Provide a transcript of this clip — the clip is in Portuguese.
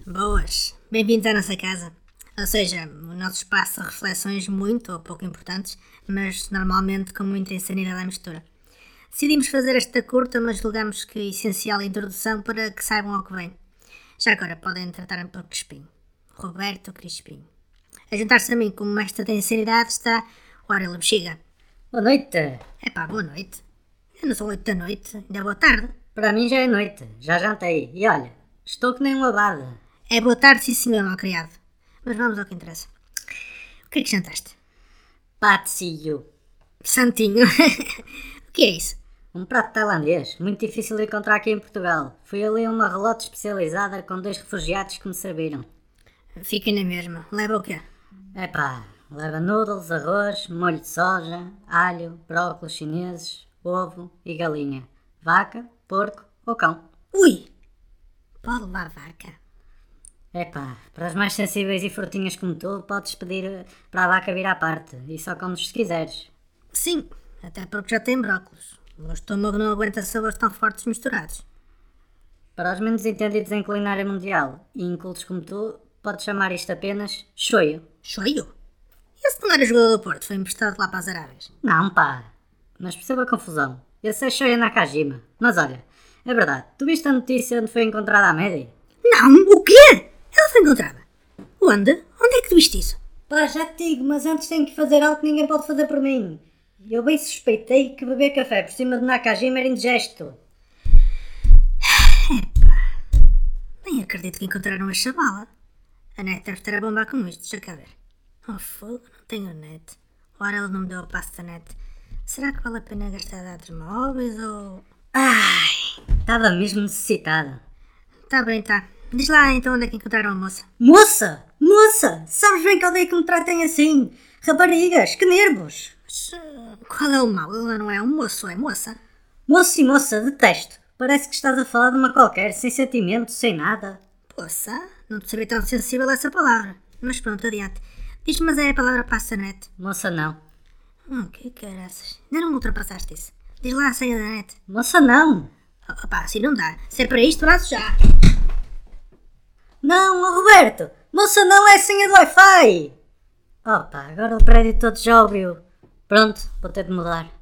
Boas, bem-vindos à nossa casa. Ou seja, o nosso espaço de reflexões muito ou pouco importantes, mas normalmente com muita insanidade à mistura. Decidimos fazer esta curta, mas julgamos que é essencial a introdução para que saibam ao que vem. Já agora podem tratar-me por Crispim. Roberto Crispim. A juntar-se a mim como mestre da insanidade está o Aurélio Bexiga. Boa noite. Epá, boa noite. Eu não sou 8 da noite, ainda é boa tarde. Para mim já é noite, já jantei. E olha, estou que nem um abade. É boa tarde, sim senhor, malcriado. Mas vamos ao que interessa. O que é que jantaste? Patsiu. Santinho. O que é isso? Um prato tailandês, muito difícil de encontrar aqui em Portugal. Fui ali a uma relota especializada com 2 refugiados que me serviram. Fica na mesma. Leva o quê? Epá, leva noodles, arroz, molho de soja, alho, brócolos chineses, ovo e galinha. Vaca, porco ou cão. Ui! Pode levar vaca. Epá, para os mais sensíveis e frutinhas como tu, podes pedir para a vaca vir à parte e só comes se quiseres. Sim, até porque já tem brócolos. O meu estômago não aguenta sabores tão fortes misturados. Para os menos entendidos em culinária mundial e incultos como tu, podes chamar isto apenas shoyu. Shoyu? Esse não era jogador do Porto, foi emprestado lá para as Arábias. Não, pá, mas perceba a confusão. Esse é Shoya Nakajima. Mas olha, é verdade, tu viste a notícia onde foi encontrada a Maddie? Não, o quê? Ela foi encontrada. Onde? Onde é que tu viste isso? Pá, já te digo, mas antes tenho que fazer algo que ninguém pode fazer por mim. Eu bem suspeitei que beber café por cima de Nakajima era indigesto. Nem acredito que encontraram a chavala. A net deve estar a bombar com isto, deixa cá ver. Oh fogo, não tenho net. Ora, ela não me deu a passo da net. Será que vale a pena gastar dados móveis ou... Ai, estava mesmo necessitada. Tá bem, tá. Diz lá então onde é que encontraram a moça. Moça! Moça! Sabes bem que odeio que me tratem assim? Raparigas, que nervos! Mas, qual é o mal? Ela não é um moço, é moça. Moço e moça, detesto. Parece que estás a falar de uma qualquer, sem sentimento, sem nada. Poça, não te sabia tão sensível a essa palavra. Mas pronto, adiante. Diz-me, mas é a palavra passanete. Moça não. Que caraças. Ainda não me ultrapassaste isso. Diz lá a senha da net. Moça não. Opá, assim não dá. Se é para isto, braço já. Não, oh Roberto. Moça não é a senha do Wi-Fi. Opa, agora o prédio todo já ouviu. Pronto, vou ter de mudar.